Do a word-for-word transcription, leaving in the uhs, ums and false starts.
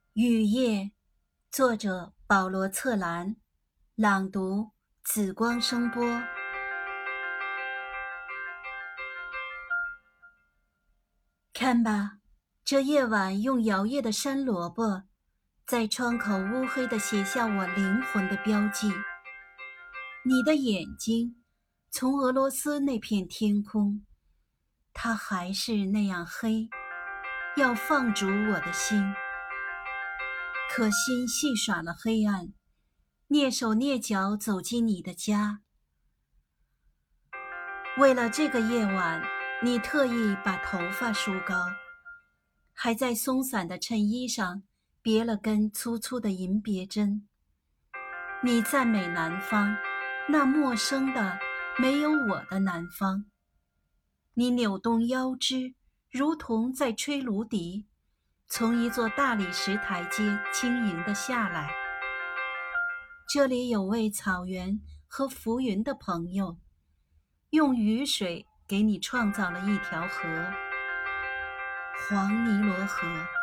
雨夜，作者保罗·策兰，朗读紫光声波。看吧，这夜晚用摇曳的山萝卜，在窗口乌黑地写下我灵魂的标记。你的眼睛，从俄罗斯那片天空，它还是那样黑，要放逐我的心。可心戏耍了黑暗，蹑手蹑脚走进你的家。为了这个夜晚，你特意把头发梳高，还在松散的衬衣上别了根粗粗的银别针。你赞美南方，那陌生的没有我的南方。你扭动腰肢，如同在吹芦笛，从一座大理石台阶轻盈地下来。这里有位草原和浮云的朋友，用雨水给你创造了一条河——黄尼罗河。